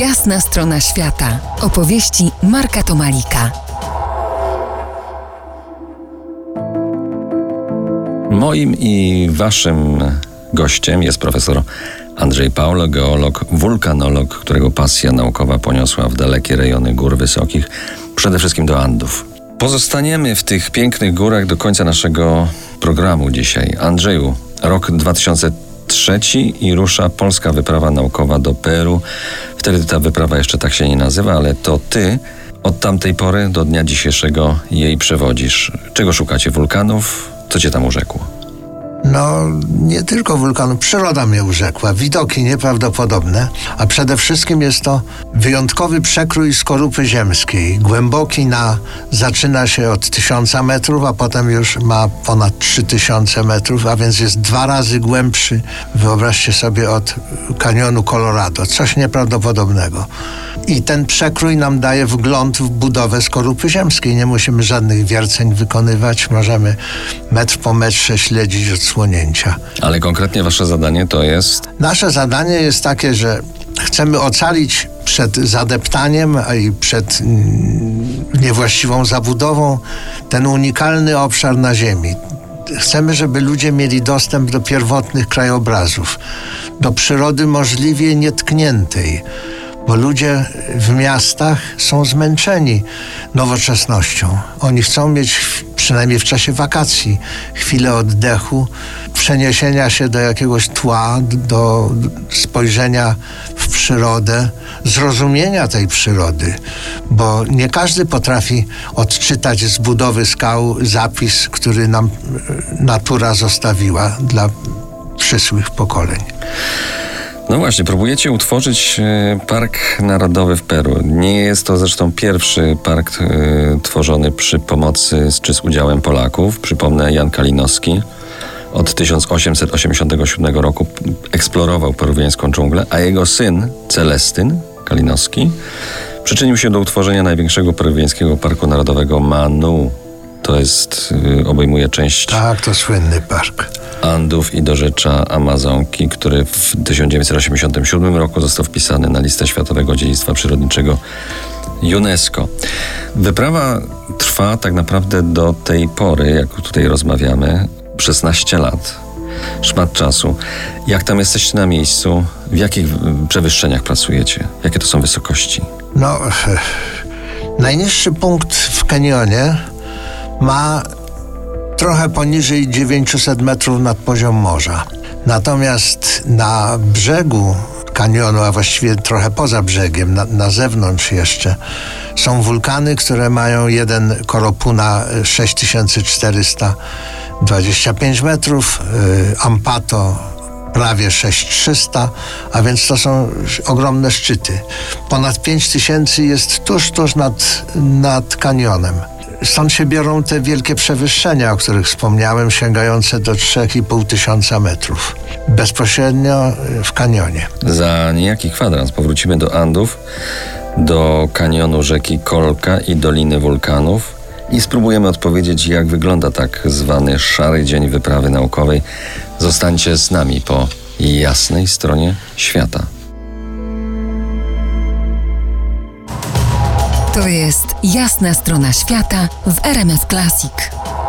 Jasna strona świata. Opowieści Marka Tomalika. Moim i waszym gościem jest profesor Andrzej Paulo, geolog, wulkanolog, którego pasja naukowa poniosła w dalekie rejony gór wysokich, przede wszystkim do Andów. Pozostaniemy w tych pięknych górach do końca naszego programu dzisiaj. Andrzeju, rok 2003 i rusza polska wyprawa naukowa do Peru. Wtedy ta wyprawa jeszcze tak się nie nazywa, ale to ty od tamtej pory do dnia dzisiejszego jej przewodzisz. Czego szukacie? Wulkanów? Co cię tam urzekło? No, nie tylko wulkanów. Przyroda mnie urzekła. Widoki nieprawdopodobne, a przede wszystkim jest to wyjątkowy przekrój skorupy ziemskiej. Głęboki zaczyna się od 1000 metrów, a potem już ma ponad 3000 metrów, a więc jest 2 razy głębszy, wyobraźcie sobie, od kanionu Colorado. Coś nieprawdopodobnego. I ten przekrój nam daje wgląd w budowę skorupy ziemskiej. Nie musimy żadnych wierceń wykonywać. Możemy metr po metrze śledzić odsłonięcia. Ale konkretnie wasze zadanie to jest? Nasze zadanie jest takie, że chcemy ocalić przed zadeptaniem i przed niewłaściwą zabudową ten unikalny obszar na Ziemi. Chcemy, żeby ludzie mieli dostęp do pierwotnych krajobrazów, do przyrody możliwie nietkniętej, bo ludzie w miastach są zmęczeni nowoczesnością. Oni chcą mieć, przynajmniej w czasie wakacji, chwilę oddechu, przeniesienia się do jakiegoś tła, do spojrzenia w przyrodę, zrozumienia tej przyrody, bo nie każdy potrafi odczytać z budowy skał zapis, który nam natura zostawiła dla przyszłych pokoleń. No właśnie, próbujecie utworzyć Park Narodowy w Peru. Nie jest to zresztą pierwszy park tworzony przy pomocy czy z udziałem Polaków. Przypomnę, Jan Kalinowski od 1887 roku eksplorował peruwiańską dżunglę, a jego syn Celestyn Kalinowski przyczynił się do utworzenia największego peruwiańskiego parku narodowego Manu. To jest, obejmuje część... Tak, to słynny park. Andów i dorzecza Amazonki, który w 1987 roku został wpisany na listę Światowego Dziedzictwa Przyrodniczego UNESCO. Wyprawa trwa tak naprawdę do tej pory, jak tutaj rozmawiamy, 16 lat. Szmat czasu. Jak tam jesteście na miejscu? W jakich przewyższeniach pracujecie? Jakie to są wysokości? No, najniższy punkt w kanionie ma trochę poniżej 900 metrów nad poziom morza. Natomiast na brzegu kanionu, a właściwie trochę poza brzegiem, na zewnątrz jeszcze, są wulkany, które mają jeden Koropuna 6425 metrów, Ampato prawie 6300, a więc to są ogromne szczyty. Ponad 5000 jest tuż nad kanionem. Stąd się biorą te wielkie przewyższenia, o których wspomniałem, sięgające do 3500 metrów. Bezpośrednio w kanionie. Za niejaki kwadrans powrócimy do Andów, do kanionu rzeki Kolka i Doliny Wulkanów i spróbujemy odpowiedzieć, jak wygląda tak zwany szary dzień wyprawy naukowej. Zostańcie z nami po jasnej stronie świata. To jest Jasna strona świata w RMF Classic.